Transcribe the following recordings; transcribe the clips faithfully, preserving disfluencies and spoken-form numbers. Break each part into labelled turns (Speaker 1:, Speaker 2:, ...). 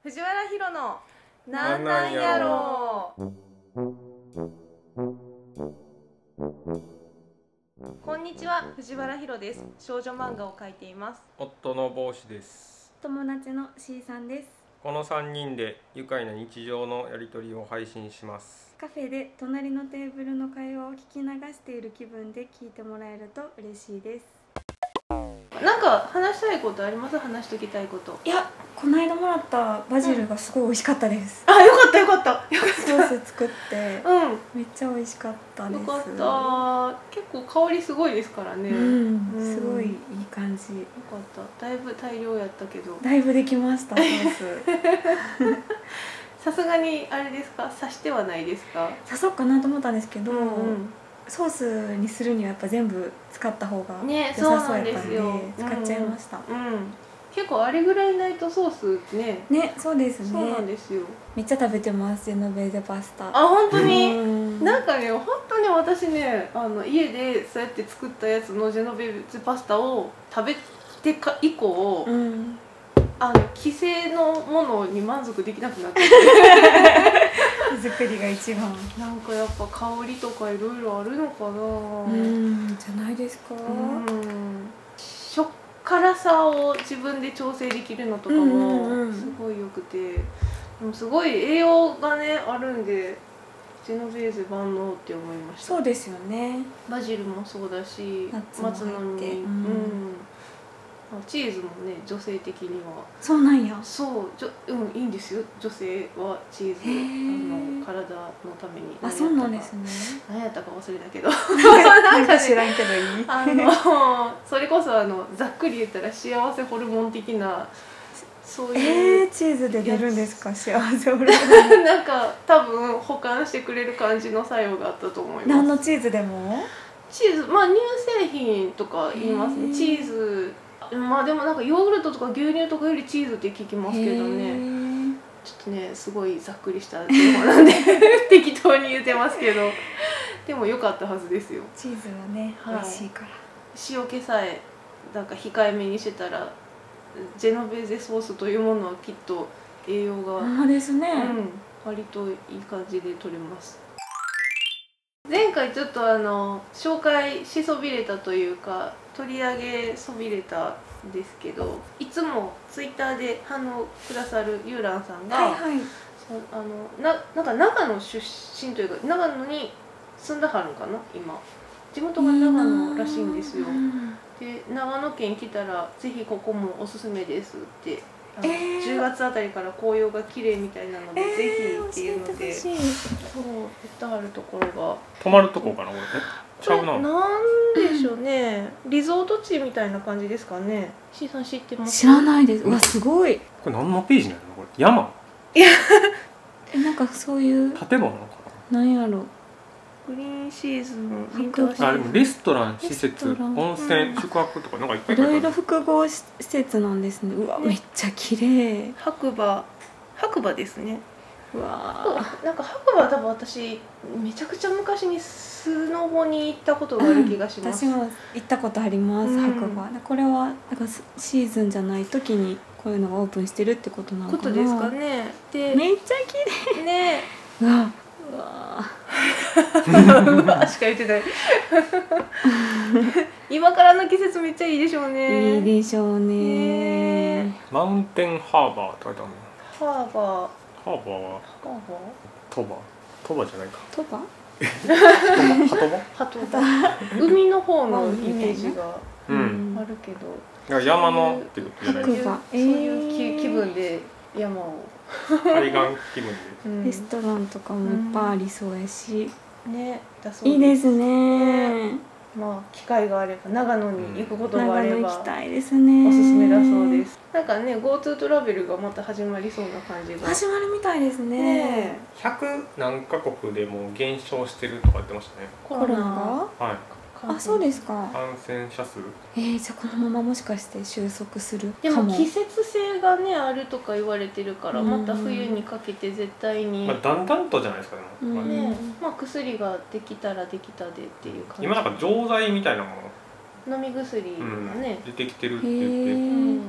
Speaker 1: 藤原ヒロのなんなんやろう。こんにちは、藤原ヒロです。少女漫画を描いています。
Speaker 2: 夫の帽子です。
Speaker 3: 友達の C さんです。
Speaker 2: このさんにんで愉快な日常のやり取りを配信します。
Speaker 3: カフェで隣のテーブルの会話を聞き流している気分で聞いてもらえると嬉しいです。
Speaker 1: なんか話したいことあります？話しときたいこと。
Speaker 3: いや、この間もらったバジルがすごい美味しかったです、
Speaker 1: うん、あ、よかったよかったよかった。
Speaker 3: ソース作って
Speaker 1: うん、
Speaker 3: めっちゃ美味しかったです。
Speaker 1: よかった。結構香りすごいですからね。
Speaker 3: うん、うん、すごいいい感じ。よ
Speaker 1: かった。だいぶ大量やったけど。
Speaker 3: だいぶできましたソース。
Speaker 1: さすがにあれですか？刺してはないですか？
Speaker 3: 刺そうかなと思ったんですけど。
Speaker 1: うんうん、
Speaker 3: ソースにするにはやっぱ全部使った方が
Speaker 1: ね、
Speaker 3: 良さそうやったんで、
Speaker 1: そうなんですよ。
Speaker 3: 使っちゃいました、
Speaker 1: うんうん、結構あれぐらいないとソースね。
Speaker 3: ね、そうですね。
Speaker 1: そうなんですよ。
Speaker 3: めっちゃ食べてます、ジェノベーゼパスタ。
Speaker 1: あ、本当に、
Speaker 3: うん、
Speaker 1: なんかね、本当に私ね、あの家でそうやって作ったやつのジェノベーゼパスタを食べてか以降、うん、あの既製のものに満足できなくなって
Speaker 3: 手作りが一番。
Speaker 1: なんかやっぱ香りとかいろいろあるのかな。
Speaker 3: うん、じゃないですか。
Speaker 1: うん、食辛さを自分で調整できるのとかもすごいよくて、でもすごい栄養がねあるんで、ジェノベーゼ万能って思いました。
Speaker 3: そうですよね。
Speaker 1: バジルもそうだし、
Speaker 3: 松の実、
Speaker 1: うん、うん、チーズもね、女性的には
Speaker 3: そうなんや。
Speaker 1: そうじょ、うん、いいんですよ。女性はチーズ、あの体のために。
Speaker 3: あ、そうなんですね。
Speaker 1: 何やったか忘れたけど
Speaker 3: なんか知らんけどいい。
Speaker 1: あのそれこそあのざっくり言ったら幸せホルモン的な、そういう、
Speaker 3: えー、チーズで出るんですか、幸せホルモン。
Speaker 1: なんか多分保管してくれる感じの作用があったと思います。
Speaker 3: 何のチーズでも？
Speaker 1: チーズ、まあ乳製品とか言いますね。チーズ、まあでもなんかヨーグルトとか牛乳とかよりチーズって聞きますけどね。ちょっとね、すごいざっくりした情報なんで適当に言ってますけど、でも良かったはずですよ。
Speaker 3: チーズはね、はい、美味しいから。
Speaker 1: 塩気さえなんか控えめにしてたら、ジェノベーゼソースというものはきっと栄養が、
Speaker 3: ほんまですね、
Speaker 1: うん、割といい感じで取れます。前回ちょっとあの紹介しそびれたというか取り上げそびれたんですけど、いつもツイッターで反応くださるゆうらんさんが、はいはい、そあのななんか長野出身というか長野に住んだはるんかな今。地元が長野らしいんですよ。で、長野県来たらぜひここもおすすめですって、えー、じゅうがつあたりから紅葉が綺麗みたいなので、えー、ぜひっていうので、そう言ってはるところが。
Speaker 2: 泊まるとこかな、これ。ちゃうな。
Speaker 1: なんでしょうね。リゾート地みたいな感じですかね。C さん知ってます？
Speaker 3: 知らないです。うわ、すごい。
Speaker 2: これ何のページなのこれ？山？
Speaker 1: いや
Speaker 3: え、なんかそういう
Speaker 2: 建物なのか
Speaker 3: な。なんやろ。
Speaker 1: グリーンシーズン、
Speaker 2: あ、でもレストラン、施設、温泉、宿泊とかなんかいっぱい
Speaker 3: いろいろ複合施設なんですね。うわ、めっちゃ綺麗。
Speaker 1: 白馬、白馬ですね。
Speaker 3: うわ、
Speaker 1: なんか白馬は多分私めちゃくちゃ昔にスノボに行ったことがある気がします。
Speaker 3: うん、私も行ったことあります、うん、白馬。これはなんかシーズンじゃない時にこういうのがオープンしてるってことなのかな。
Speaker 1: ことですかね。で、
Speaker 3: めっちゃ綺麗ね。うわ。うわ
Speaker 1: うわしか言ってない今からの季節めっちゃいいでしょうね。
Speaker 3: いいでしょうね。
Speaker 2: ね、マウンテンハーバーって書いてある
Speaker 1: の。ハーバー。
Speaker 2: ハーバーは。
Speaker 1: ハーバー。
Speaker 2: 鳥羽。鳥羽じゃないか。
Speaker 3: 鳥羽？
Speaker 2: ハトバ？
Speaker 1: ハトバ。海の方のイメージがあるけど。
Speaker 2: うん、山のってことじゃない。
Speaker 1: そういう、そういう気分で山を。
Speaker 2: 海岸気分で、
Speaker 3: うん、レストランとかもいっぱいありそうやし、
Speaker 1: うん、ね、だそうです。
Speaker 3: いいですね。
Speaker 1: まあ機会があれば長野に行くことがあれば、うん、
Speaker 3: 長野行きたいですね。
Speaker 1: おすすめだそうです。なんかね、 GoTo トラベルがまた始まりそうな感じが
Speaker 3: 始まるみたいですね。ね、
Speaker 2: ひゃくなんか国でもう減少してるとか言ってましたね。
Speaker 1: コロナが、
Speaker 2: はい。
Speaker 3: あ、そうですか。
Speaker 2: 感染者数。
Speaker 3: えー、じゃあこのままもしかして収束するか
Speaker 1: でも季節性がねあるとか言われてるから、また冬にかけて絶対に、
Speaker 2: まあ、だんだんとじゃないですかね。
Speaker 1: うん、ね、まあ薬ができたらできたでっていう感じ。
Speaker 2: 今なんか錠剤みたいなもの、
Speaker 1: 飲み薬がね、
Speaker 2: うん、出てきてるって言って、うん、
Speaker 3: じ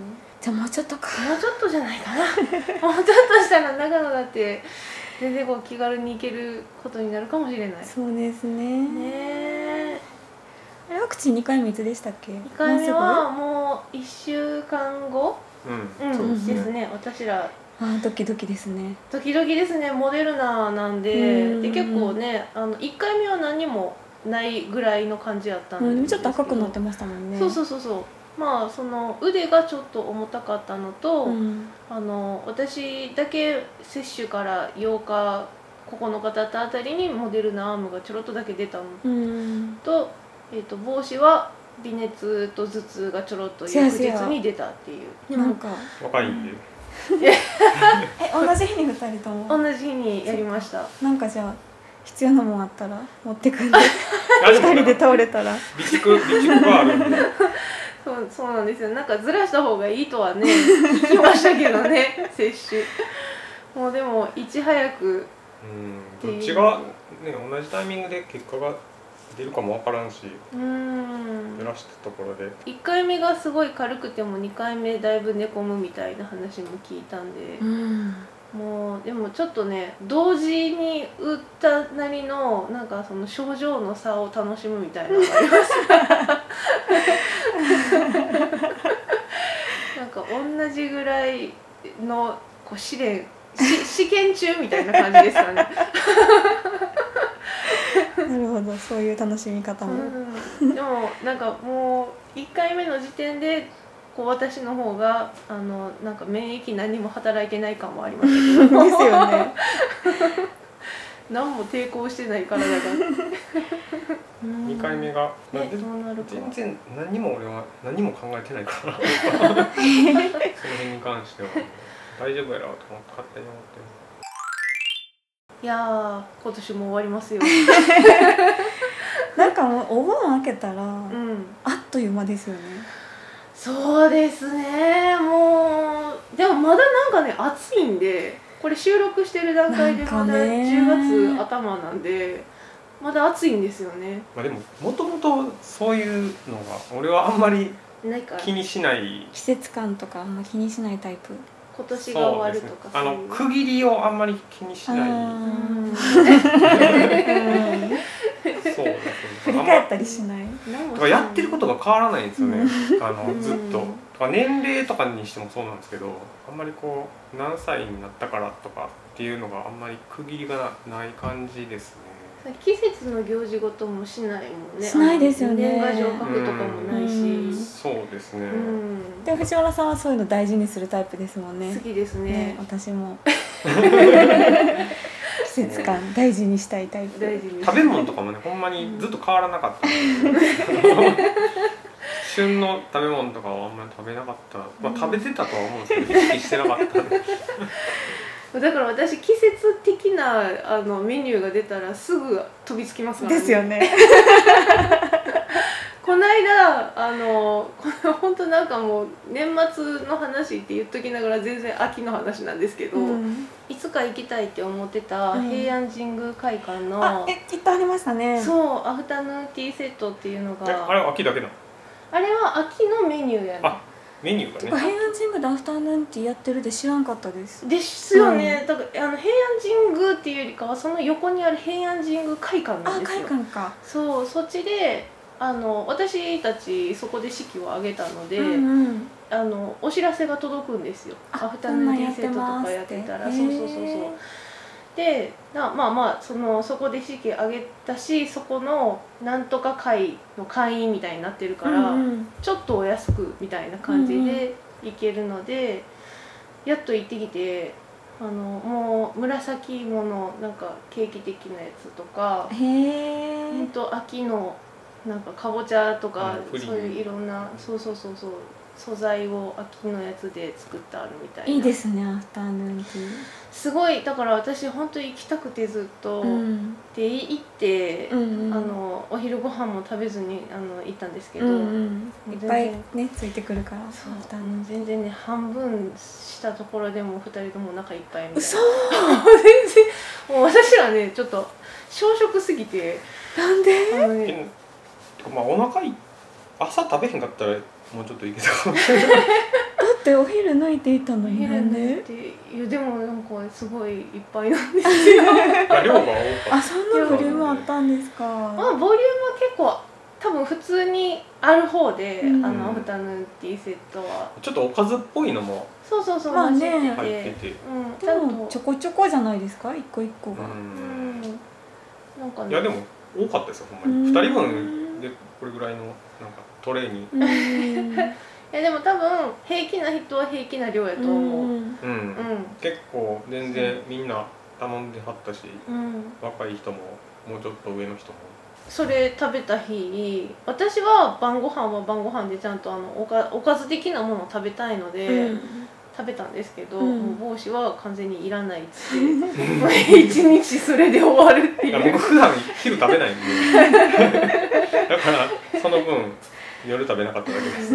Speaker 3: じゃあもうちょっとか。
Speaker 1: もうちょっとじゃないかなもうちょっとしたら長野だって全然こう気軽に行けることになるかもしれない。
Speaker 3: そうですね。
Speaker 1: ねえ。
Speaker 3: あれワクチンにかいめいつでしたっけ？
Speaker 1: にかいめはもういっしゅうかんご、
Speaker 2: うん、
Speaker 1: うん、
Speaker 2: そうですね。
Speaker 1: ですね。私ら
Speaker 3: あードキドキですね。
Speaker 1: ドキドキですね。モデルナなんで、
Speaker 3: うん
Speaker 1: で結構ね、あのいっかいめは何もないぐらいの感じだったん
Speaker 3: うん、でも
Speaker 1: ですけど、
Speaker 3: ちょっと赤くなってましたもんね。
Speaker 1: そうそうそうそう。まあその腕がちょっと重たかったのと、
Speaker 3: うん、
Speaker 1: あの私だけ接種からようかここのか経ったあたりにモデルナアームがちょろっとだけ出たの
Speaker 3: うん、
Speaker 1: と、えー、と帽子は微熱と頭痛がちょろっと翌日に出たっていう。でも
Speaker 3: なんか
Speaker 2: 若いんで。
Speaker 3: え同じ日にふたりとも
Speaker 1: 同じ日にやりました。
Speaker 3: なんかじゃあ必要なもんあったら持ってくんで
Speaker 2: あでも
Speaker 3: ふたりで倒れたら
Speaker 2: 備蓄備蓄があるんで。
Speaker 1: そうそうなんですよ。なんかずらした方がいいとはね聞きましたけどね接種。もうでもいち早く
Speaker 2: うん、どっちが、ね、同じタイミングで結果が出るかもわからんし、
Speaker 1: うーん
Speaker 2: ずらしたところで
Speaker 1: いっかいめがすごい軽くてもにかいめだいぶ寝込むみたいな話も聞いたんで、
Speaker 3: うん
Speaker 1: もうでもちょっとね同時に打ったなりのなんかその症状の差を楽しむみたいなのがありますなんか同じぐらいのこう試練し試験中みたいな感じですかね
Speaker 3: なるほど、そういう楽しみ方も、
Speaker 1: うん、でもなんかもういっかいめの時点でこう私の方があのなんか免疫何も働いてない感もありましたけど
Speaker 3: ですよね
Speaker 1: 何も抵抗してない体が
Speaker 2: にかいめが、
Speaker 1: ね
Speaker 2: なんで
Speaker 1: どうなるか
Speaker 2: 全然何も俺は何も考えてないからその辺に関しては大丈夫やろうと思って勝手に思ってる。
Speaker 1: いやー今年も終わりますよ
Speaker 3: なんかもうお盆開けたら、
Speaker 1: うん
Speaker 3: あっという間ですよね。
Speaker 1: そうですね。もうでもまだなんかね暑いんで、これ収録してる段階でまだじゅうがつ頭なんでまだ暑いんですよね。
Speaker 2: まあでももともとそういうのが俺はあんまり
Speaker 1: ないか
Speaker 2: 気にしない。
Speaker 3: 季節感とかあんま気にしないタイプ。
Speaker 1: 今年が終わるとか
Speaker 2: そうですね、あ
Speaker 1: そういう
Speaker 2: の区切りをあんまり気にしない。
Speaker 1: うん
Speaker 2: そうですね。
Speaker 3: 振り返ったりしない。
Speaker 2: とかやってることが変わらないんですよね。あのずっと。
Speaker 1: うん
Speaker 2: とか年齢とかにしてもそうなんですけど、あんまりこう何歳になったからとかっていうのがあんまり区切りがない感じですね。
Speaker 1: 季節の行事ごともしないもんね。
Speaker 3: しないですよね
Speaker 1: 年賀状書くとかもないし、
Speaker 3: うん
Speaker 2: そうですね。
Speaker 1: うん
Speaker 3: で藤原さんはそういうの大事にするタイプですもんね。
Speaker 1: 好きですね。
Speaker 3: ね、私も季節感大事にしたいタイプ。
Speaker 1: 大事に
Speaker 2: 食べ物とかもね、ほんまにずっと変わらなかった。旬の食べ物とかはあんまり食べなかった。まあ食べてたとは思うんですけど、意識してなかったんで。
Speaker 1: だから私季節的なあのメニューが出たらすぐ飛びつきますからね。
Speaker 3: ですよね。
Speaker 1: この間あのこれ本当なんかもう年末の話って言っときながら全然秋の話なんですけど、
Speaker 3: うん、
Speaker 1: いつか行きたいって思ってた平安神宮会館の、
Speaker 3: あ、え、きっとありましたね。
Speaker 1: そうアフタヌーンティーセットっていうの
Speaker 2: えあ
Speaker 1: が
Speaker 2: れは秋だけだ。
Speaker 1: あれは秋のメニューやね。
Speaker 2: あ、メニューがね。
Speaker 3: てか平安神宮でアフタヌーンティーやってるで知らんかったです。
Speaker 1: ですよね、だからあの平安神宮っていうよりかはその横にある平安神宮会館なん
Speaker 3: あ、
Speaker 1: ですよ。
Speaker 3: 会館か。
Speaker 1: そうそっちであの私たちそこで式を挙げたので、
Speaker 3: うんうん、
Speaker 1: あのお知らせが届くんですよ。
Speaker 3: あ
Speaker 1: アフタヌーンティーセットとかやってたら、そうそうそうそう。でなまあまあそのそこで式挙げたし、そこのなんとか会の会員みたいになってるから、
Speaker 3: うんうん、
Speaker 1: ちょっとお安くみたいな感じで行けるので、やっと行ってきて、あのもう紫芋のなんかケーキ的なやつとか、
Speaker 3: へえ。
Speaker 1: ほんと秋のなんかかぼちゃとか、
Speaker 2: うん
Speaker 1: そういういろんな、そうそうそうそう素材を秋のやつで作ってあるみたいな。
Speaker 3: いいですね、アフタヌーンティー。
Speaker 1: すごいだから私本当に行きたくてずっと、
Speaker 3: うん、
Speaker 1: で行って、
Speaker 3: うんうん、
Speaker 1: あのお昼ご飯も食べずにあの行ったんですけど、
Speaker 3: うんうん、いっぱい
Speaker 1: 全
Speaker 3: ねついてくるから。
Speaker 1: そう
Speaker 3: アフタヌーンティー
Speaker 1: 全然ね半分したところでもふたりともお腹いっぱいみたいな。
Speaker 3: 嘘
Speaker 1: 全然もう私はねちょっと小食すぎて、
Speaker 3: なんで？
Speaker 1: あのね
Speaker 2: えまあお腹い朝食べへんかったらもうちょっといけたかもしれない。
Speaker 3: だってってお昼抜いていたのになんで？
Speaker 1: っていやでもなんかすごいいっぱいなんですよ
Speaker 2: あ量が多かっ
Speaker 3: あ、そんなボリュームあったんですか。
Speaker 1: まあボリュームは結構多分普通にある方で、
Speaker 3: うん
Speaker 1: あのアフタヌーンティーセットは
Speaker 2: た。ちょっとおかずっぽいのも
Speaker 1: そうそうそう、
Speaker 3: まあね
Speaker 1: 混ぜて
Speaker 2: 入ってて、
Speaker 1: うん、ち
Speaker 3: で
Speaker 1: ゃんと
Speaker 3: もちょこちょこじゃないですか、一個一個が。
Speaker 2: う
Speaker 1: うんんなんかね
Speaker 2: いやでも多かったですよほんまに。
Speaker 3: うん
Speaker 2: ふたりぶんでこれぐらいのなんかトレーに。
Speaker 3: うん
Speaker 1: いやでも多分平気な人は平気な量やと思う。うん。
Speaker 3: うん
Speaker 2: うん。結構全然みんな頼んではったし、
Speaker 1: うん。
Speaker 2: 若い人ももうちょっと上の人も。
Speaker 1: それ食べた日、私は晩ご飯は晩ご飯でちゃんとあのおかおかず的なものを食べたいので、
Speaker 3: うん
Speaker 1: 食べたんですけど、
Speaker 3: うん
Speaker 1: もう帽子は完全にいらないっつってもう一日それで終わるって
Speaker 2: いや
Speaker 1: いう。
Speaker 2: 僕普段昼食べないんでだからその分夜食べなかっただけです。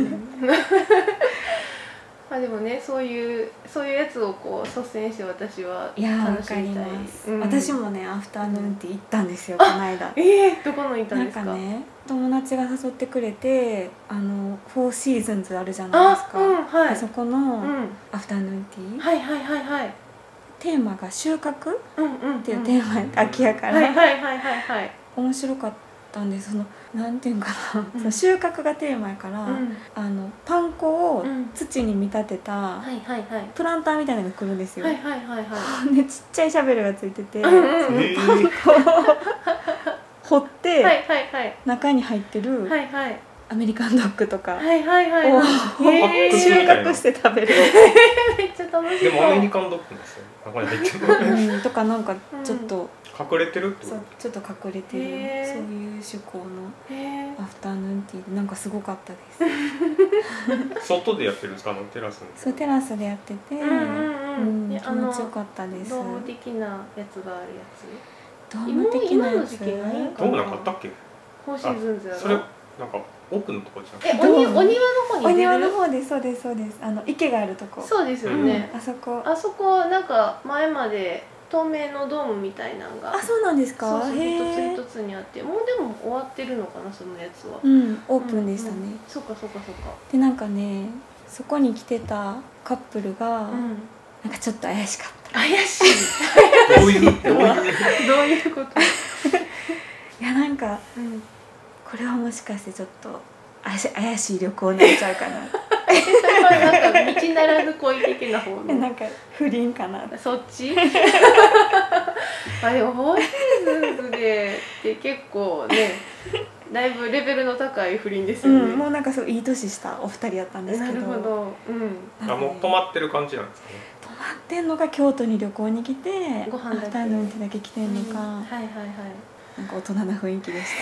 Speaker 1: まあでもね、そういうそういうやつをこう率先して私はい
Speaker 3: やーわ
Speaker 1: 楽し
Speaker 3: かり
Speaker 1: みたい。
Speaker 3: ます、
Speaker 1: うん
Speaker 3: 私もねアフターヌーンティー行ったんですよこの間。
Speaker 1: ええー、どこの行ったん
Speaker 3: なん
Speaker 1: ですか。
Speaker 3: かね友達が誘ってくれて、あのフォーシーズンズあるじゃないです
Speaker 1: あ、
Speaker 3: か、
Speaker 1: うん、はい。
Speaker 3: あそこの
Speaker 1: うん、
Speaker 3: アフタヌーンティー、
Speaker 1: はいはいはいはい。
Speaker 3: テーマが収穫っ
Speaker 1: うんうん。って
Speaker 3: いうテーマや秋やから、
Speaker 1: はいはいはいはいはい。
Speaker 3: 面白かったんです。そのなんていうんかな、
Speaker 1: うん
Speaker 3: その収穫がテーマやから、
Speaker 1: うん。
Speaker 3: あのパン粉を
Speaker 1: うん
Speaker 3: 土に見立てた
Speaker 1: はいはいはい。
Speaker 3: プランターみたいなのが来るんですよ、
Speaker 1: はいはいはいは
Speaker 3: でちっちゃいシャベルがついてて、
Speaker 1: うんうん
Speaker 3: その
Speaker 2: えー
Speaker 3: パン粉を掘って、
Speaker 1: い。はいはいはい。
Speaker 3: 中に入ってる
Speaker 1: はいはい。
Speaker 3: アメリカンドッグとか
Speaker 1: はいはいはい
Speaker 3: を
Speaker 1: はい。へー
Speaker 3: 収穫して食べる、
Speaker 1: めっちゃ楽しそう。
Speaker 2: でもアメリカンドッグですよ中に入ってる
Speaker 3: うん、とかなんかちょっと、
Speaker 2: 隠れてるってこ
Speaker 3: そうちょっと隠れてる
Speaker 1: へー
Speaker 3: そういう趣向の
Speaker 1: へー
Speaker 3: アフタヌーンティーでなんかすごかったです
Speaker 2: と外でやってるんですかあのテラスに。
Speaker 3: そうテラスでやってて、
Speaker 1: うんうんうん。
Speaker 3: うん
Speaker 1: え
Speaker 3: 気持ちよかったです。
Speaker 1: ドーム的なやつがあるやつ。
Speaker 3: ドーム的なやつ
Speaker 1: 今の時期ないんか
Speaker 2: どうなんかあったっけ？
Speaker 1: フォーシーズンズやろ。
Speaker 2: それなんか奥のとこじゃ
Speaker 1: え、
Speaker 2: ん。
Speaker 1: おにお庭の方
Speaker 3: お
Speaker 1: に出る。
Speaker 3: 庭の方ですそうですそうです。あの池があるとこ。
Speaker 1: そうですよ
Speaker 3: うん
Speaker 1: ね。
Speaker 3: あそこ。
Speaker 1: あそこなんか前まで透明のドームみたいなのが
Speaker 3: あそうなんですか。
Speaker 1: そうそう
Speaker 3: へ
Speaker 1: 一
Speaker 3: ー
Speaker 1: つ一つにあって、もうでも終わってるのかなそのやつは。
Speaker 3: うんオープンでしたね。
Speaker 1: うんうんそっかそっかそっか。
Speaker 3: でなんかねそこに来てたカップルが、
Speaker 1: うん。
Speaker 3: なんかちょっと怪しかった。
Speaker 1: 怪しい。
Speaker 2: どういうどういう。
Speaker 1: どういうこと？
Speaker 3: いやなんか
Speaker 1: うん。
Speaker 3: これはもしかしてちょっと怪し怪しい旅行になっちゃうかな。
Speaker 1: それはなんか道ならぬ恋的な方
Speaker 3: え
Speaker 1: の。
Speaker 3: なんか不倫かな。
Speaker 1: そっち？あでもフォーシーズンズでって結構ね、だいぶレベルの高い不倫ですよね。
Speaker 3: うんもうなんかそういい年したお二人やったんです
Speaker 1: な
Speaker 3: けど。
Speaker 1: るほど。うん。
Speaker 3: なんかね
Speaker 2: あもう泊まってる感じなんですかね。
Speaker 3: 泊まってんのか京都に旅行に来て
Speaker 1: ご飯だけ
Speaker 3: アフタヌーンティーだけ来てんのか、
Speaker 1: うんはいはいはい。
Speaker 3: なんか大人な雰囲気でし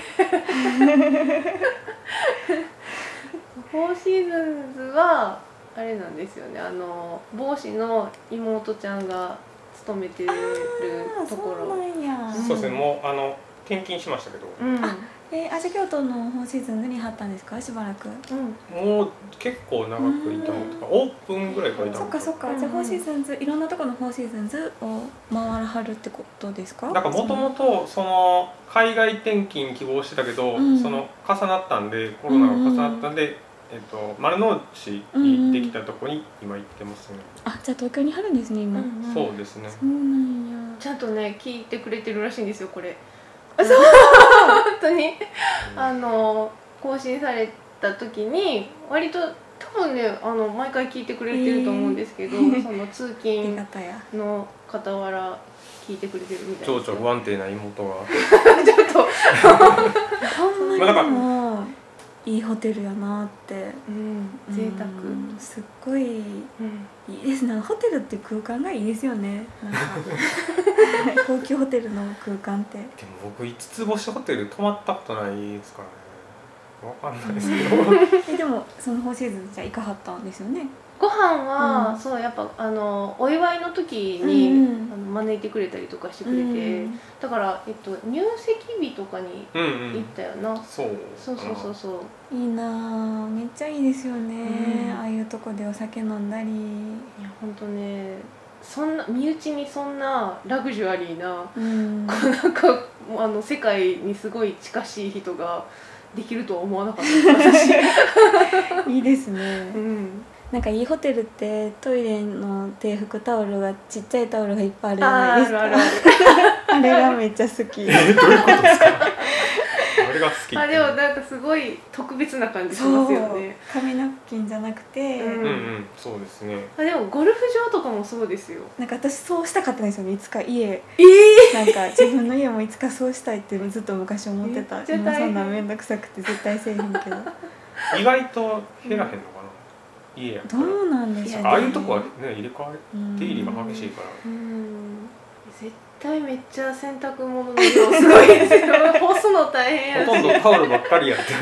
Speaker 1: フォーシーズンズはあれなんですよね。あの帽子の妹ちゃんが勤めてる
Speaker 3: た。ああ
Speaker 1: ところ。
Speaker 3: そうなんや、
Speaker 1: うん
Speaker 2: そうですねもうあの転勤しましたけど、
Speaker 1: うん。
Speaker 3: えー、あじゃあ京都のフォーシーズンズに貼ったんですかしばらく。
Speaker 1: うん。
Speaker 2: もう結構長くいたのとかオープンぐらいからいたの
Speaker 3: そっかそっか、
Speaker 1: うん
Speaker 3: じゃあフォーシーズンズいろんなところのフォーシーズンズを回らはるってことですか。
Speaker 2: なんかもともとその海外転勤希望してたけど、
Speaker 3: うん
Speaker 2: その重なったんでコロナが重なったんで、えっと、丸の内にできたとこに今行ってますね、
Speaker 3: あじゃあ東京に貼るんですね今、
Speaker 1: うんうん
Speaker 2: そうですね
Speaker 3: そうなんや。
Speaker 1: ちゃんとね聞いてくれてるらしいんですよこれ。
Speaker 3: そう
Speaker 1: 本当にあの更新された時に割と多分ねあの毎回聞いてくれてると思うんですけど、
Speaker 3: えー
Speaker 1: その通
Speaker 3: あり
Speaker 1: 勤
Speaker 3: がたや。
Speaker 1: の傍ら聞いてくれてるみたい
Speaker 2: 情
Speaker 1: ですよ。
Speaker 2: 緒不安定な妹が
Speaker 1: ちょっと、
Speaker 3: ほんまにで
Speaker 2: まあだから
Speaker 3: もいいホテルやなって。
Speaker 1: うん、贅沢。
Speaker 3: うんすっごい
Speaker 1: うん
Speaker 3: いいですね。ホテルって空間がいいですよね。なんか高級ホテルの空間って。
Speaker 2: でも僕いつつ星ホテル泊まったことないですからねわかんないですけど
Speaker 3: えでもそのフォーシーズンじゃ行かはったんですよね。
Speaker 1: ご飯は、
Speaker 3: うん
Speaker 1: そうやっぱあのお祝いの時に、
Speaker 3: うんうん
Speaker 1: あの招いてくれたりとかしてくれて、
Speaker 3: うん
Speaker 1: だから、えっと、入籍日とかに
Speaker 2: うんう
Speaker 1: 行っ
Speaker 2: ん
Speaker 1: たよな、
Speaker 2: そう
Speaker 1: そうそうそうそう
Speaker 3: いいなあめっちゃいいですよね、
Speaker 1: うん
Speaker 3: ああいうとこでお酒飲んだり。
Speaker 1: いやほんとねそんな身内にそんなラグジュアリーな
Speaker 3: うん
Speaker 1: なんかあの世界にすごい近しい人ができるとは思わなかったです私、
Speaker 3: いいですね。
Speaker 1: うん、
Speaker 3: なんかいいホテルってトイレの定服タオルがちっちゃいタオルがいっぱいあるじゃないですか。
Speaker 1: あーあるあるある
Speaker 3: あれがめっちゃ好き。
Speaker 2: えどういうことですか？あれが好きって
Speaker 1: あでもなんかすごい特別な感じしますよね。
Speaker 3: 紙ナプキンじゃなくて、
Speaker 1: うん
Speaker 2: うんうんそうですね。
Speaker 1: あでもゴルフ場とかもそうですよ。
Speaker 3: なんか私そうしたかったんですよね。いつか家
Speaker 1: ええ
Speaker 3: なんか自分の家もいつかそうしたいっていうのをずっと昔思ってた。
Speaker 1: めっちゃ大変
Speaker 3: 今そんなんめんどくさくて絶対せえへんけど
Speaker 2: 意外と減らへんのかな、家やから。
Speaker 3: どうなんでしょうね。
Speaker 2: ああいうとこはね入れ替わり
Speaker 3: うん
Speaker 2: 出入りが激しいから。
Speaker 1: うん絶対めっちゃ洗濯物の量すごいですよ。干すの大変やし。
Speaker 2: ほとんどタオルばっかりやって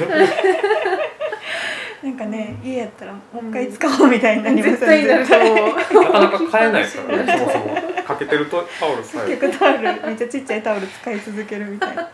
Speaker 3: なんかね、家やったらもう一回使おうみたいになります
Speaker 1: 絶対になると思う。
Speaker 2: なかなか買えないですからねそもそもかけてるとタオルさえ。
Speaker 3: 結局タオルめっちゃちっちゃいタオル使い続けるみたいな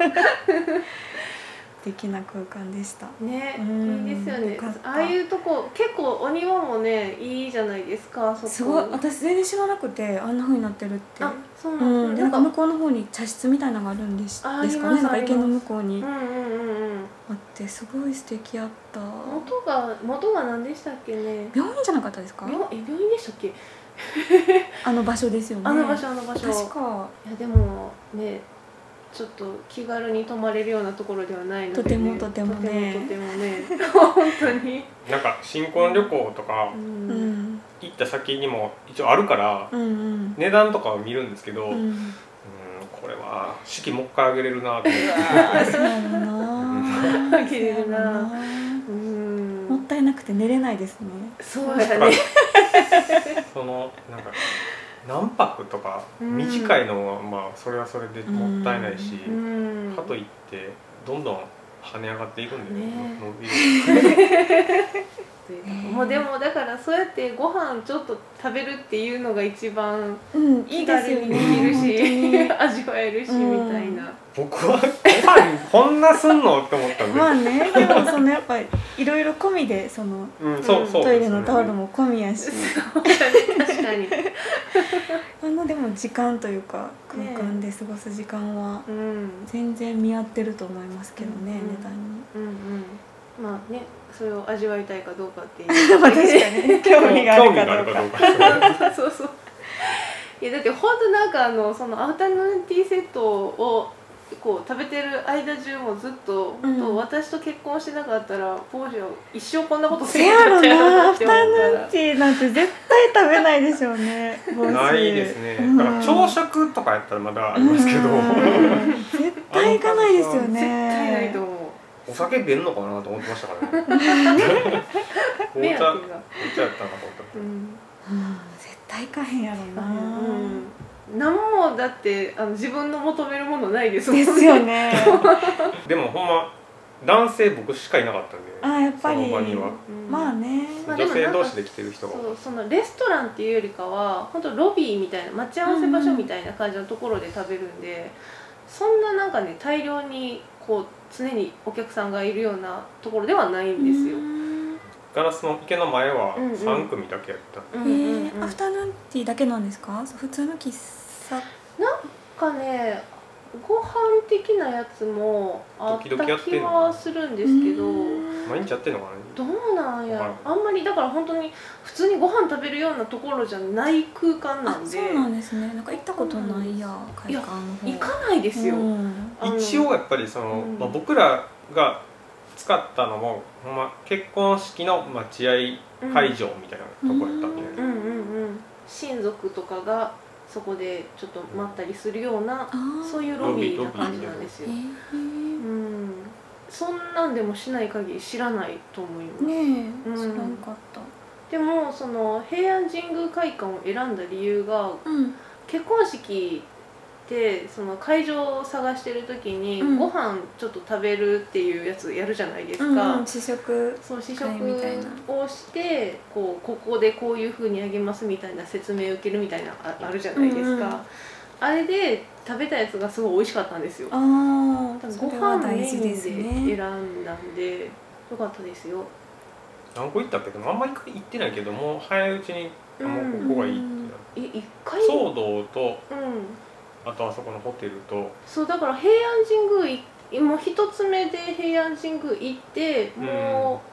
Speaker 3: 素敵な空間でした。
Speaker 1: ね、
Speaker 3: うん
Speaker 1: いいですよね
Speaker 3: よかっ。た
Speaker 1: ああいうとこ結構お庭もねいいじゃないですか。そこ
Speaker 3: すごい、私全然知らなくてあんな風になってるって。
Speaker 1: あ、そう
Speaker 3: う
Speaker 1: なん
Speaker 3: ん、で
Speaker 1: でなんか
Speaker 3: なんか向こうの方に茶室みたいなのがあるんです
Speaker 1: あ
Speaker 3: ですかね。
Speaker 1: あります
Speaker 3: なんか池の向こうに
Speaker 1: うんうんうんうん。
Speaker 3: あってすごい素敵やった。
Speaker 1: 元が元が何でしたっけね。
Speaker 3: 病院じゃなかったですか？
Speaker 1: 病え病院でしたっけ。
Speaker 3: あの場所ですよね。
Speaker 1: あの場所あの場所。
Speaker 3: 確か
Speaker 1: いやでもね。ちょっと気軽に泊まれるようなところではないので、ね、
Speaker 3: とてもとてもね
Speaker 1: とてもとてもね本当に、
Speaker 2: なんか新婚旅行とか
Speaker 1: うん
Speaker 3: うん
Speaker 2: 行った先にも一応あるから
Speaker 3: うんうん
Speaker 2: 値段とかは見るんですけど、
Speaker 3: う
Speaker 2: うん
Speaker 3: ん。
Speaker 2: これは式もう一回あげれるなと思って
Speaker 3: あそうやろな。
Speaker 1: あげれるな
Speaker 3: そうやろ
Speaker 1: うん
Speaker 3: もったいなくて寝れないですね。
Speaker 1: そうやね。
Speaker 2: そのなんか何泊とか
Speaker 1: うん
Speaker 2: 短いのはまあそれはそれでもったいないし、
Speaker 1: うん
Speaker 2: かといってどんどん跳ね上がっていくんでね
Speaker 1: ね
Speaker 2: 伸びる
Speaker 1: もうでもだからそうやってご飯ちょっと食べるっていうのが一番
Speaker 3: うん、い
Speaker 1: 気
Speaker 3: いですよ
Speaker 1: 軽にできる
Speaker 3: ね。
Speaker 1: し味わえるし
Speaker 3: うん
Speaker 1: みたいな。
Speaker 2: 僕はご飯こんなすんのって思ったんで、
Speaker 3: まあね、でもそのやっぱりいろいろ込みでその
Speaker 2: うん、そうそう
Speaker 3: トイレのタオル
Speaker 2: も
Speaker 3: も込みやし、
Speaker 1: 確かに。
Speaker 3: あのでも時間というか空間で過ごす時間は
Speaker 1: うん
Speaker 3: 全然見合ってると思いますけどね、
Speaker 1: うん
Speaker 3: 値段に。
Speaker 1: うんうん。まあねそれを味わいたいかどうかっていう。
Speaker 3: まあ確かにね、興味があるかどうか。
Speaker 2: か
Speaker 1: そうそうそう。いやだって本当なんかあのそのアフタヌーンティーセットをこう食べてる間中もずっと、
Speaker 3: うん
Speaker 1: 本当私と結婚してなかったらポーショ一生こんなことせ
Speaker 3: せやろ
Speaker 1: えへんかったやろ
Speaker 3: な、アフ
Speaker 1: なって思っ
Speaker 3: タヌーン
Speaker 1: たら。
Speaker 3: ティーなんて絶対食べないでしょうね。
Speaker 2: ないですね、
Speaker 3: うん
Speaker 2: だから朝食とかやったらまだありますけど、
Speaker 3: うん絶対行かないですよ
Speaker 1: 絶対
Speaker 3: ね。
Speaker 1: ないと思う。
Speaker 2: お酒出んのかなと思ってましたからね紅
Speaker 1: 目
Speaker 2: 茶
Speaker 1: 当てが。
Speaker 2: 紅茶やったのかと思った
Speaker 1: うん。
Speaker 3: うん絶対行かへんやろな。
Speaker 1: うん。何もだってあの自分の求めるものないですもんね。
Speaker 3: ですよね。
Speaker 2: でもほんま男性僕しかいなかったんで、
Speaker 3: あ、やっぱり
Speaker 2: その場には
Speaker 1: うん
Speaker 3: まあね。
Speaker 1: まあで
Speaker 2: 女
Speaker 1: もなんか
Speaker 2: 性同士で来てる人が
Speaker 1: そうそのレストランっていうよりかは本当ロビーみたいな待ち合わせ場所みたいな感じのところで食べるんで、そんななんかね大量にこう常にお客さんがいるようなところではないんですよ。
Speaker 2: ガラスの池の前は
Speaker 1: うんうん
Speaker 2: さん組だけやった、
Speaker 1: うん
Speaker 3: え
Speaker 1: うんうん
Speaker 3: ー、アフタヌーンティーだけなんですか？普通の喫茶。
Speaker 1: なんかねご飯的なやつもあった
Speaker 2: 時々やってん
Speaker 1: 気
Speaker 2: の
Speaker 1: はするんですけど、
Speaker 3: うん
Speaker 2: 毎日やってんのかな。
Speaker 1: どうなんや
Speaker 2: わ
Speaker 1: ろあんまりだから本当に普通にご飯食べるようなところじゃない空間な
Speaker 3: あ、
Speaker 1: んで
Speaker 3: そうなんですね。なんか行ったことないや、会館の方。
Speaker 1: 行かないですよ。
Speaker 3: うん
Speaker 1: あの
Speaker 2: 一応やっぱりその、
Speaker 1: うん
Speaker 2: まあ、僕らが使ったのもほんま結婚式の待合会場みたいなとこやったんで、
Speaker 1: うんうんうん親族とかがそこでちょっと待ったりするような
Speaker 3: あー
Speaker 1: そういうロビーな感じなんですよ。
Speaker 3: え
Speaker 1: う
Speaker 3: ー
Speaker 1: ん、そんなんでもしない限り知らないと思います。
Speaker 3: ねえ、
Speaker 1: うん
Speaker 3: 知らんかった。
Speaker 1: でもその平安神宮会館を選んだ理由が
Speaker 3: うん。
Speaker 1: 結婚式でその会場を探してる時に
Speaker 3: うん
Speaker 1: ご飯ちょっと食べるっていうやつやるじゃないですか。
Speaker 3: うんうん、試食。
Speaker 1: そう試食
Speaker 3: 会みたいな
Speaker 1: をしてこうここでこういう風にあげますみたいな説明を受けるみたいなああるじゃないですか、
Speaker 3: うんうん
Speaker 1: あれで食べたやつがすごい美味しかったんですよ。
Speaker 3: ああ、
Speaker 1: 多分
Speaker 3: それは
Speaker 1: ご飯メ
Speaker 3: 大事で
Speaker 1: インです選
Speaker 3: ね。
Speaker 1: んだんでよかったですよ。
Speaker 2: 何個行ったっけどあんまり行ってないけどもう早いうちにあもうここがいいってなって、
Speaker 1: え一回
Speaker 2: 騒動と
Speaker 1: うん
Speaker 2: あとあそこのホテルと
Speaker 1: そうだから平安神宮いもう一つ目で平安神宮行ってもうこ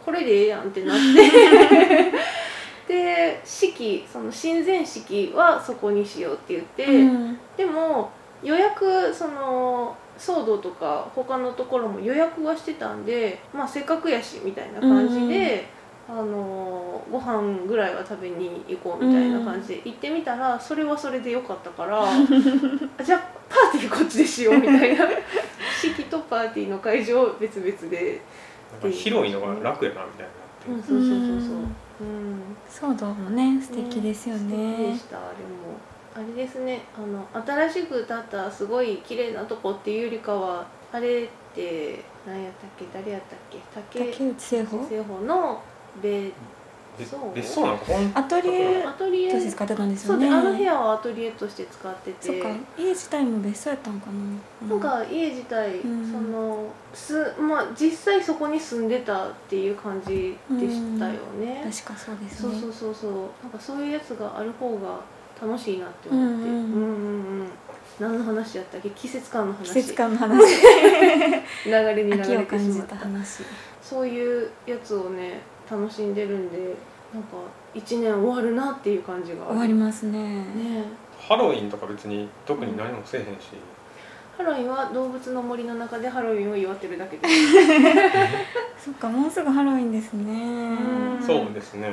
Speaker 1: これでええやんってなってで式その親善式はそこにしようって言って、
Speaker 3: うん、
Speaker 1: でも予約その騒動とか他のところも予約はしてたんで、まあせっかくやしみたいな感じで、うん、あのご飯ぐらいは食べに行こうみたいな感じで行ってみたら、それはそれで良かったからじゃあパーティーこっちでしようみたいな式とパーティーの会場を別々で
Speaker 2: なんか広いのが楽やなみたいな、
Speaker 1: うん、そうそうそうそう、うん、
Speaker 3: 騒動もね素敵ですよね。
Speaker 1: 素敵でした。でもあれですね、あの新しく建ったすごい綺麗なとこっていうよりかは、あれって何やったっけ、誰やったっけ、竹
Speaker 3: 竹内製法
Speaker 1: 製法の別荘
Speaker 2: 別荘なんかほん
Speaker 3: アトリエ
Speaker 1: アトリエ
Speaker 3: として使ってたんです
Speaker 1: そう
Speaker 3: よね。
Speaker 1: であの部屋はアトリエとして使ってて、
Speaker 3: そっか、家自体も別荘やったんかな。
Speaker 1: なんか家自体、
Speaker 3: うん、
Speaker 1: そのすまあ実際そこに住んでたっていう感じでしたよね、
Speaker 3: うん、確かそうです
Speaker 1: そう
Speaker 3: ね。
Speaker 1: そうそうそう、なんかそういうやつがある方が楽しいなって思って、うんうん、うんうんうん、何の話やったっけ、季節感の話、
Speaker 3: 季節感の話
Speaker 1: 流れに流れてしまった
Speaker 3: 秋を感じた話。
Speaker 1: そういうやつをね楽しんでるんで、なんかいちねん終わるなっていう感じが
Speaker 3: 終わりますね。
Speaker 1: ね。
Speaker 2: ハロウィンとか別に特に何もせえへんし、
Speaker 1: ハロウィンは動物の森の中でハロウィンを祝ってるだけです
Speaker 3: そっか、もうすぐハロウィンですね。
Speaker 2: そうですね、
Speaker 3: うん、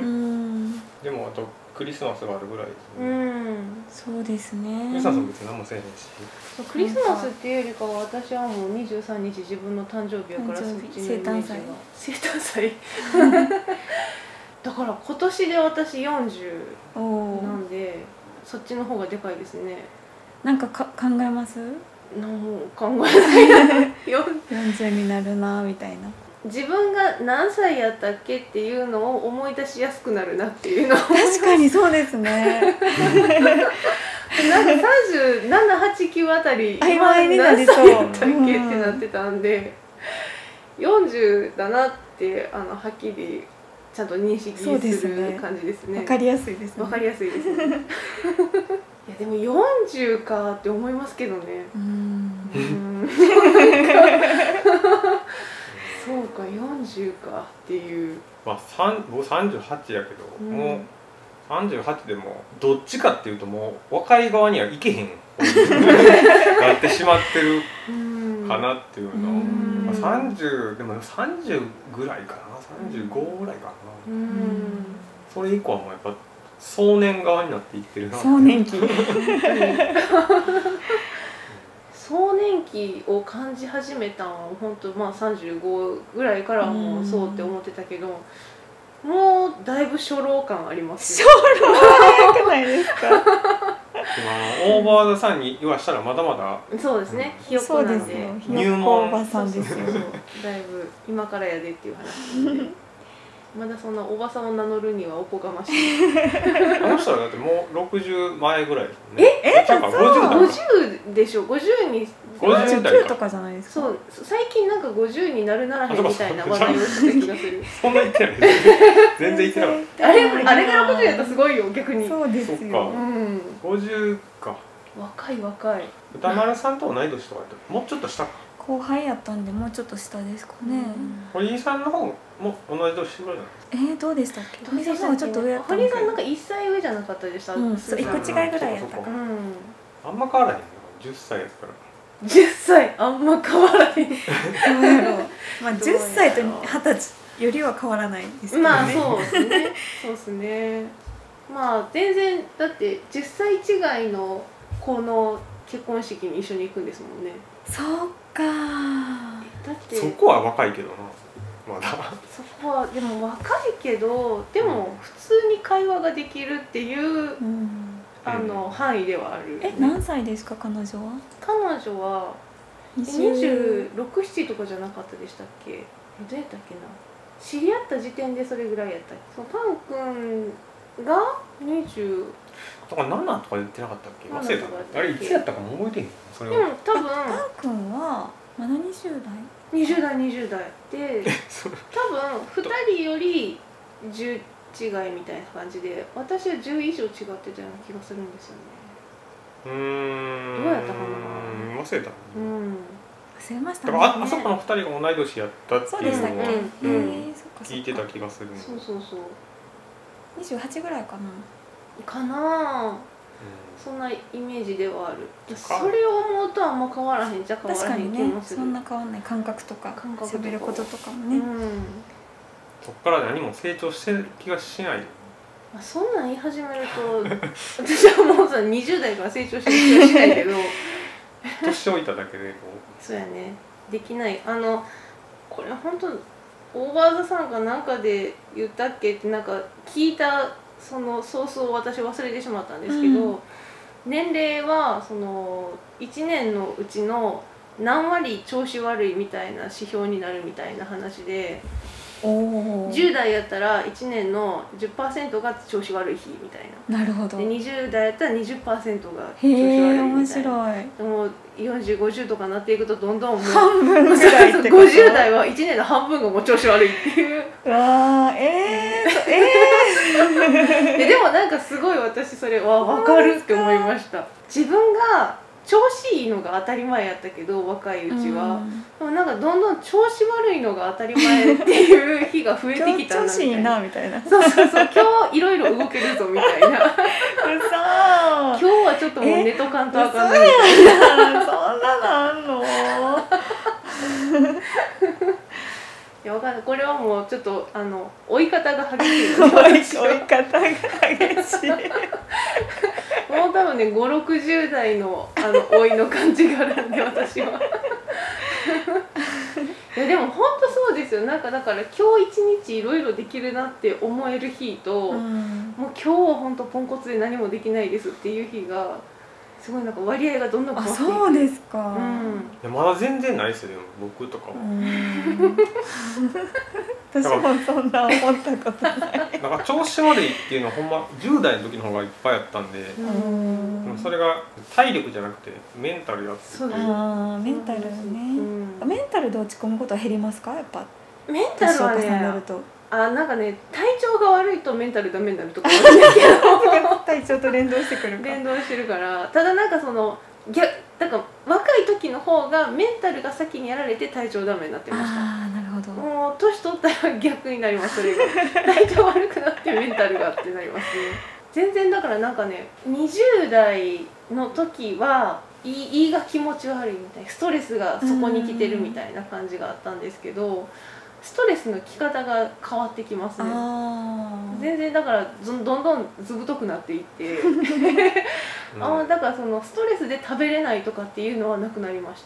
Speaker 2: でもあとクリスマスがあるぐらいですね、
Speaker 1: うん、
Speaker 3: そうですね。
Speaker 2: クリスマスも別に何もせえへんし、
Speaker 1: そうクリスマスっていうよりかは私はもうにじゅうさんにち自分の誕生日やから、そっちのイメージが生誕祭だから今年で私よんじゅうなんで、そっちの方がでかいですね。
Speaker 3: なんかか考えます？
Speaker 1: 何も考えないよ
Speaker 3: んじゅうになるなみたいな。
Speaker 1: 自分が何歳やったっけっていうのを思い出しやすくなるなっていうのを
Speaker 3: 確かにそうですね
Speaker 1: なんかさんじゅうなな、はち、きゅうあたり
Speaker 3: 曖昧になりそう
Speaker 1: 何歳やったっけってなってたんで、よんじゅうだなってあのはっきりちゃんと認識する感じですね。
Speaker 3: わかりやすいですね。
Speaker 1: わかりやすいですねいやでもよんじゅうかって思いますけどね。うーんそうか、よんじゅうかっていう。
Speaker 2: まあ僕さんじゅうはちやけど、うん、もうさんじゅうはちでもどっちかっていうともう若い側にはいけへんなってしまってるかなっていうのを、まあ、さんじゅうでもさんじゅうぐらいかな、さんじゅうごぐらいかな、うん、それ以降はもうやっぱ壮年側になっていってるな。
Speaker 3: 壮年期
Speaker 1: 壮年期を感じ始めたのは本当まあさんじゅうごぐらいからはもうそうって思ってたけど、もうだいぶ初老感あります
Speaker 3: よ。初老は早くないですか？
Speaker 2: でもあのオーバーザさんに言わしたらまだまだ
Speaker 1: そうですね、ひよっこなんで
Speaker 3: 入門おばさんですよ。
Speaker 1: だいぶ今からやでっていう話なんでまだそんなおばさんを名乗るにはおこがましい
Speaker 2: あの人はだってもうろくじゅう前ぐらいですもん
Speaker 1: ね。ええ
Speaker 2: なんか
Speaker 1: ごじゅうでしょ。ごじゅうに
Speaker 2: ごじゅう
Speaker 3: きゅうとかじゃないですか。
Speaker 1: そう最近なんかごじゅうになるならへんみたいな話題をしてた気がする
Speaker 2: そんな言ってない全然言ってなかった。
Speaker 1: あれあれがろくじゅうやったらすごいよ逆に。
Speaker 3: そうですよ。
Speaker 2: そっか、うん、ごじゅうか。
Speaker 1: 若い若い。
Speaker 2: 歌丸さんと同い年とかってもうちょっと下か。
Speaker 3: 後輩やったんでもうちょっと下ですかね。
Speaker 2: 堀井さんの方も同じ年ぐらいなの？
Speaker 3: えー、どうでしたっけ？
Speaker 1: 堀井さんは
Speaker 3: ちょっと上やったん
Speaker 1: 堀井さんなんかいっさい上じゃなかったでした？
Speaker 3: うん、そういっこ違いぐらいやったから。うん、
Speaker 2: あんま変わらへんの。じゅっさいやから。
Speaker 1: じゅっさいあんま変わらへん。ど
Speaker 3: うやろう。まあじゅっさいとはたちよりは変わらないですけどね。
Speaker 1: まあそうですね。そうですね。まあ全然だってじゅっさい違いの子の結婚式に一緒に行くんですもんね。
Speaker 3: そうか。
Speaker 1: だって
Speaker 2: そこは若いけどな。まだ
Speaker 1: そこはでも若いけどでも普通に会話ができるっていう、うん、あの、うん、範囲ではある。
Speaker 3: え何歳ですか彼女は？
Speaker 1: 彼女はにじゅうろく、ななとかじゃなかったでしたっけ？どうやったっけな。知り合った時点でそれぐらいやったっけ？そのパン君がにじゅう
Speaker 2: とかななとか言ってなかったっけ？忘れた。あれいつやったかも覚えてへん。それは。
Speaker 1: でも多分
Speaker 3: パン君はまだにじゅう代？
Speaker 1: にじゅう代にじゅう代で多分ふたりよりじゅう違いみたいな感じで私はじゅう以上違ってたような気がするんですよね。
Speaker 2: うーん
Speaker 1: どうやったかな。
Speaker 2: 忘れた。
Speaker 1: うん
Speaker 3: 忘れましたね。
Speaker 2: だから あ, あそこのふたりが同い年やったって
Speaker 3: そうでしたっけ、
Speaker 2: いうのは、
Speaker 1: うん
Speaker 3: うん、えー、そっかそっか
Speaker 2: 聞いてた気がする、
Speaker 1: そうそうそう
Speaker 3: にじゅうはちぐらいかな。
Speaker 1: かなあ、
Speaker 2: う
Speaker 1: そんなイメージではある。
Speaker 2: そっか
Speaker 1: それを思うとあんま変わらへんじゃ変わ
Speaker 3: 確からにね
Speaker 1: へん気も、する。
Speaker 3: そんな変わんない。感覚とか
Speaker 1: 感覚とか
Speaker 3: 喋ることとかもね、
Speaker 1: うん、
Speaker 2: そっから何も成長してる気がしない。
Speaker 1: まあ、そんなん言い始めると私はもうさにじゅう代から成長してる気がしないけど
Speaker 2: 年老いただけでこ
Speaker 1: そうやね、できない。あのこれ本当オーバーザさんかなんかで言ったっけってなんか聞いたそのソースを私忘れてしまったんですけど、
Speaker 3: うん
Speaker 1: 年齢はそのいちねんのうちの何割調子悪いみたいな指標になるみたいな話で、
Speaker 3: お
Speaker 1: じゅう代やったらいちねんの じゅっパーセント が調子悪い日みたいな。
Speaker 3: なるほど。
Speaker 1: でにじゅう代やったら にじゅっパーセント が調子
Speaker 3: へ
Speaker 1: 悪い
Speaker 3: え、
Speaker 1: みた
Speaker 3: 面
Speaker 1: いな。
Speaker 3: 白い。
Speaker 1: でもよんじゅう、ごじゅうとかなっていくとどんどんもう
Speaker 3: 半分ぐらいってこと
Speaker 1: ごじゅう代はいちねんの半分がもう調子悪いっていう
Speaker 3: うわー、えー、そえ
Speaker 1: で, でもなんかすごい私それは分かるって思いました。自分が調子いいのが当たり前やったけど若いうちは、
Speaker 3: うん、
Speaker 1: でもなんかどんどん調子悪いのが当たり前っていう日が増えてきた
Speaker 3: 今日調子いい
Speaker 1: な
Speaker 3: なみたいな。
Speaker 1: そうそうそう今日いろいろ動けるぞみたいな今
Speaker 3: うそ
Speaker 1: 日はちょっともう寝とかんとあかんない
Speaker 3: み
Speaker 1: みたいな。
Speaker 3: たいな。そんなのあんの？
Speaker 1: いやわかんない、これはもうちょっとあの追い方が激しいので私は
Speaker 3: 追い方が激しい。
Speaker 1: もう多分ねごじゅうろくじゅう代のあの老いの感じがあるんで私は。いやでも本当そうですよ。なんかだから今日一日いろいろできるなって思える日と、
Speaker 3: うん、
Speaker 1: もう今日は本当ポンコツで何もできないですっていう日がすごいなんか割合がどんどん
Speaker 3: あ、
Speaker 1: 変わっていく。
Speaker 3: そうですか。
Speaker 1: うん、
Speaker 2: う。いやまだ全然ないですよ、でも僕とかは。
Speaker 3: うん私もそんな思ったことない。
Speaker 2: なんか調子悪いっていうのはほんまじゅう代の時の方がいっぱいあったんで、
Speaker 1: うん
Speaker 2: でもそれが体力じゃなくてメンタルやってて、
Speaker 1: そうです
Speaker 3: ああ、メンタルね、
Speaker 1: うん
Speaker 3: メンタルで落ち込むことは減りますか？やっぱ
Speaker 1: メンタルは
Speaker 3: 年を重ねる
Speaker 1: ね、
Speaker 3: と
Speaker 1: あなんかね体調が悪いとメンタルダメになるとかあるんですけど
Speaker 3: 体調と連動してくるか。
Speaker 1: 連動してるから。ただなんかその逆だから若い時の方がメンタルが先にやられて体調ダメになってました。
Speaker 3: ああ、なるほど。
Speaker 1: もう年取ったら逆になります。それが体調悪くなってメンタルがってなりますね。全然だからなんかねにじゅう代の時はいい胃が気持ち悪いみたいな、ストレスがそこに来てるみたいな感じがあったんですけど、ストレスの来方が変わってきますね。
Speaker 3: あ
Speaker 1: 全然だからどんどんずぶとくなっていって
Speaker 2: うん
Speaker 1: あだからそのストレスで食べれないとかっていうのはなくなりました。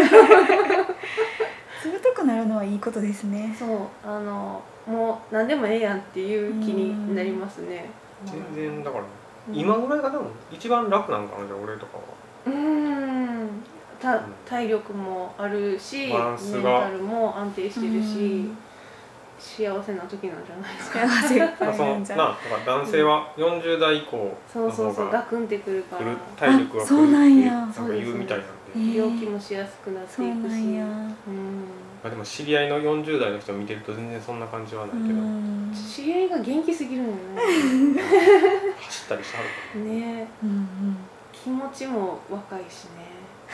Speaker 3: ずぶとくなるのはいいことですね。
Speaker 1: そうあのもう何でもええやんっていう気になりますね。
Speaker 2: 全然だから、
Speaker 1: うん
Speaker 2: 今ぐらいがでも一番楽なんかな、じゃあ俺とかは。
Speaker 1: うーんた体力もあるしメン
Speaker 2: バランスが
Speaker 1: タルも安定してる
Speaker 3: う
Speaker 1: し
Speaker 3: ん
Speaker 1: 幸せな時なんじゃないですか。
Speaker 3: 幸せが
Speaker 2: だからそのな
Speaker 3: 大変じゃん。
Speaker 2: だから男性はよんじゅう代以降
Speaker 1: そうそうそう
Speaker 2: の方が
Speaker 1: ガクンってくるから
Speaker 2: 来る体力が来るって
Speaker 3: あそうなんや
Speaker 2: なんか言うみたいなんで、
Speaker 3: へー
Speaker 1: 病気もしやすくなっていくし。
Speaker 3: そうなんや。
Speaker 1: うん
Speaker 2: まあ、でも知り合いのよんじゅう代の人を見てると全然そんな感じはな
Speaker 3: う
Speaker 2: いけど、
Speaker 3: ん
Speaker 1: 知り合いが元気すぎるのよね。
Speaker 2: 走ったりしてはるか
Speaker 1: ね
Speaker 3: うんうん。
Speaker 1: 気持ちも若いしね。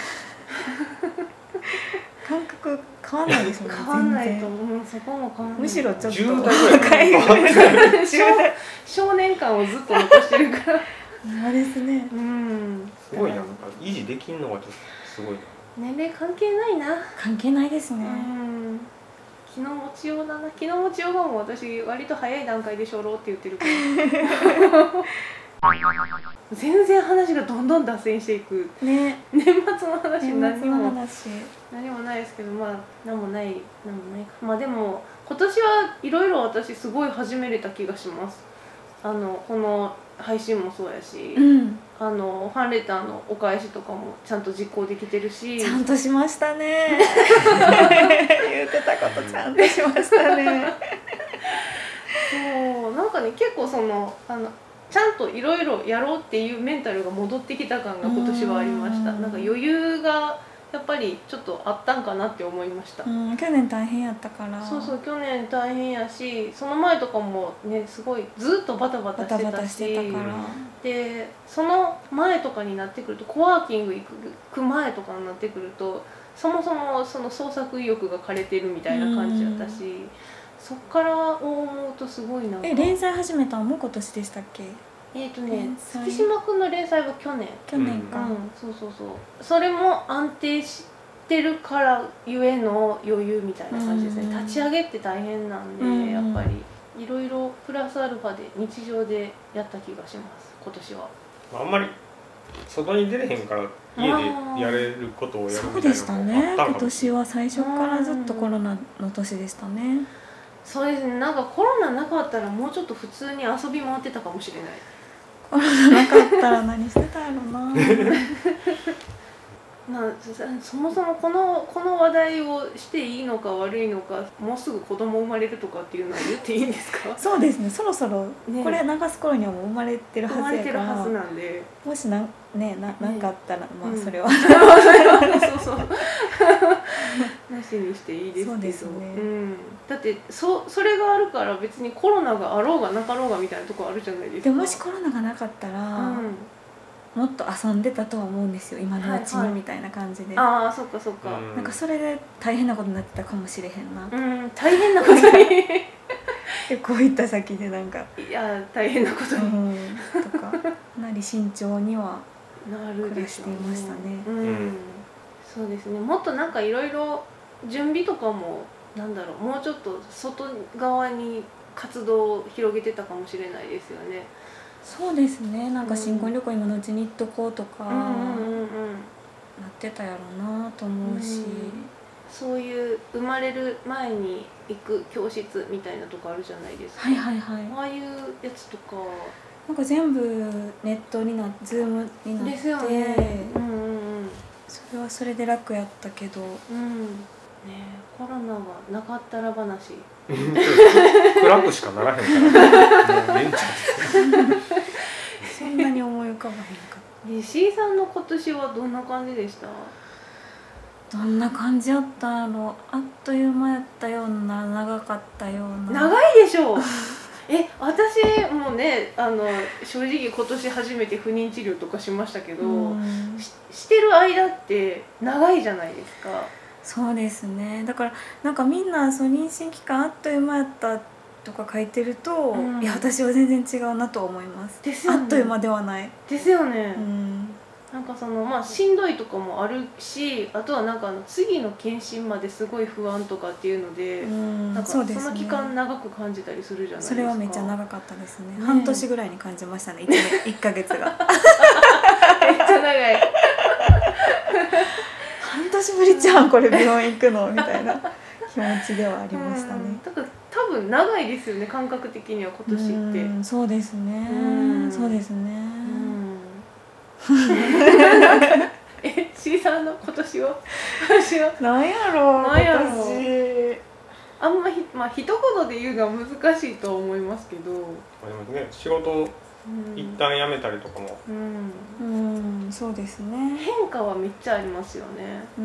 Speaker 3: 感覚変わんないですもんね。
Speaker 1: 変わんないと
Speaker 3: 全然
Speaker 1: 思う。そこも変わんない。
Speaker 3: むしろちょっと
Speaker 2: じゅう代
Speaker 3: 若い
Speaker 2: ぐらい
Speaker 1: 少少年感をずっと残してるから。
Speaker 3: あれですね。
Speaker 1: うん。
Speaker 2: すごいな、なんか維持できんのがちょっとすごいな。
Speaker 1: 年齢関係ないな。
Speaker 3: 関係ないです
Speaker 1: う
Speaker 3: ね。
Speaker 1: ん。気の持ちようだな。気の持ちようがもう私割と早い段階で初老って言ってるから。全然話がどんどん脱線していく。
Speaker 3: ね。
Speaker 1: 年末の話
Speaker 3: 年末の
Speaker 1: 何も
Speaker 3: 話。
Speaker 1: 何もないですけど、まあ何もない何もないか。まあでも今年はいろいろ私すごい始めれた気がします。あのこの配信もそうやし、
Speaker 3: うん。
Speaker 1: あのファンレターのお返しとかもちゃんと実行できてるし、
Speaker 3: ちゃんとしましたね。言ってたことちゃんとしましたね。
Speaker 1: そうなんかね結構そのあのちゃんといろいろやろうっていうメンタルが戻ってきた感が今年はありました。
Speaker 3: うん
Speaker 1: なんか余裕がやっぱりちょっとあったんかなって思いました。
Speaker 3: うん、去年大変やったから。
Speaker 1: そうそう去年大変やし、その前とかもねすごいずっとバタバタ
Speaker 3: バ
Speaker 1: してたし、
Speaker 3: タバタしてたから。
Speaker 1: でその前とかになってくるとコワーキング行く前とかになってくるとそもそもその創作意欲が枯れてるみたいな感じだったし、うん、そっから思うとすごいなんか。
Speaker 3: え連載始めたのも今年でしたっけ？
Speaker 1: えっとね月島くんの連載は去年
Speaker 3: 去年か、
Speaker 1: うん、そうそうそう、それも安定してるからゆえの余裕みたいな感じですね、うん、立ち上げって大変なんで、うん、やっぱりいろいろプラスアルファで日常でやった気がします今年は。
Speaker 2: あんまり外に出れへんから家でやれることをやるみたいなのがあったのかも。
Speaker 3: そうでしたね、今年は最初からずっとコロナの年でしたね。
Speaker 1: そうですね、なんかコロナなかったらもうちょっと普通に遊び回ってたかもしれない。
Speaker 3: コロナなかったら何してたやろな
Speaker 1: まあ、そもそもこの、この話題をしていいのか悪いのか、もうすぐ子供生まれるとかっていうのは言っていいんですか？
Speaker 3: そうですね、そろそろこれ流す頃にはもう生まれてるはずやから、
Speaker 1: 生まれてるはずなんで、
Speaker 3: もしな、ね、な、なんかあったら、ね、まあそれは、うん、
Speaker 1: そうそうなしにしていいですけど。そうですね、うん、だってそ、それがあるから別にコロナがあろうがなかろうがみたいなところあるじゃないですか。
Speaker 3: でももしコロナがなかったら、うん、もっと遊んでたとは思うんですよ今のうちにみたいな感じで、
Speaker 1: はいはい、ああそっかそっか、
Speaker 3: うん、なんかそれで大変なことになってたかもしれへんな、
Speaker 1: うん、大変なことに
Speaker 3: こういった先でなんか
Speaker 1: いや大変なことに、
Speaker 3: うん、とかなり慎重には暮らしていましたね、
Speaker 1: うん、そうですね、もっとなんかいろいろ準備とかもなんだろう、もうちょっと外側に活動を広げてたかもしれないですよね。
Speaker 3: そうですね、なんか新婚旅行今のうちに行っとこうとか、うんうんうんうん、なってたやろうなと思うし、うん、
Speaker 1: そういう生まれる前に行く教室みたいなとこあるじゃないですか。
Speaker 3: はいはいはい、
Speaker 1: ああいうやつとか
Speaker 3: なんか全部ネットになってズームになってですよね、うんうんうん、それはそれで楽やったけど、うん
Speaker 1: ね、コロナがなかったら話
Speaker 2: 暗くしかならへんからもうレンチャン
Speaker 3: そんなに思い浮かばへんか。
Speaker 1: で C さんの今年はどんな感じでした？
Speaker 3: どんな感じやったの？あっという間やったような長かったような。
Speaker 1: 長いでしょうえ私もねあの正直今年初めて不妊治療とかしましたけど、し, してる間って長いじゃないですか。
Speaker 3: そうですね、だからなんかみんなその妊娠期間あっという間やったとか書いてると、うん、いや私は全然違うなと思います。ですよね、あっという間ではない
Speaker 1: ですよね、うん、なんかそのまあしんどいとかもあるし、あとはなんかあの次の検診まですごい不安とかっていうので、うん、なんかその期間長く感じたりするじゃないですか。
Speaker 3: それはめっちゃ長かったです ね, ね半年ぐらいに感じましたね 1, いっかげつが
Speaker 1: めっちゃ長い
Speaker 3: 半年ぶりじゃんこれ病院行くのみたいな気持ちではありましたね。
Speaker 1: だから多分長いですよね感覚的には今年って。
Speaker 3: うんそうですね、うんそうですね、
Speaker 1: え、C さんの今年は私は
Speaker 3: なんやろう
Speaker 1: なんやろう今年あんまひ、まあ一言で言うのは難しいと思いますけど、でも
Speaker 2: ね仕事一旦辞めたりとかも、
Speaker 3: うん、うん、そうですね、
Speaker 1: 変化はめっちゃありますよね。
Speaker 3: うん、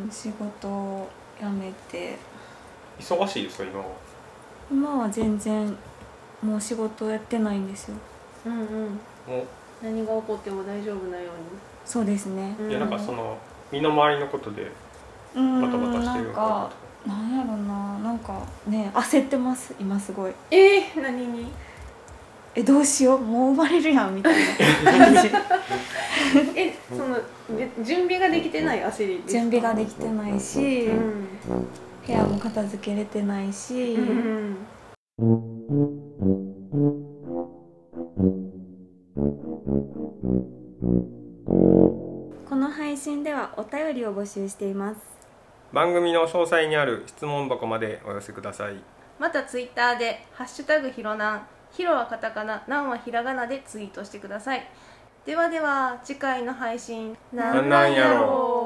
Speaker 3: 仕事を辞めて
Speaker 2: 忙しいですか今は？
Speaker 3: 今は全然もう仕事をやってないんですよ。
Speaker 1: うんうん、何が起こっても大丈夫なように。
Speaker 3: そうですね、
Speaker 2: いやなんかその身の回りのことでバタバタしてるのか
Speaker 3: な。なんやろな、なんかね焦ってます今すごい。
Speaker 1: えー、何に？
Speaker 3: えどうしようもう生まれるやんみたいな感じ
Speaker 1: えその準備ができてない焦りですか？
Speaker 3: 準備ができてないし、うん、部屋も片付けれてないし、うんうん、この配信ではお便りを募集しています。
Speaker 2: 番組の詳細にある質問箱までお寄せください。
Speaker 1: またツイッターでハッシュタグひろなん、ひろはカタカナ、なんはひらがなでツイートしてください。ではでは次回の配信
Speaker 2: なんなんやろう。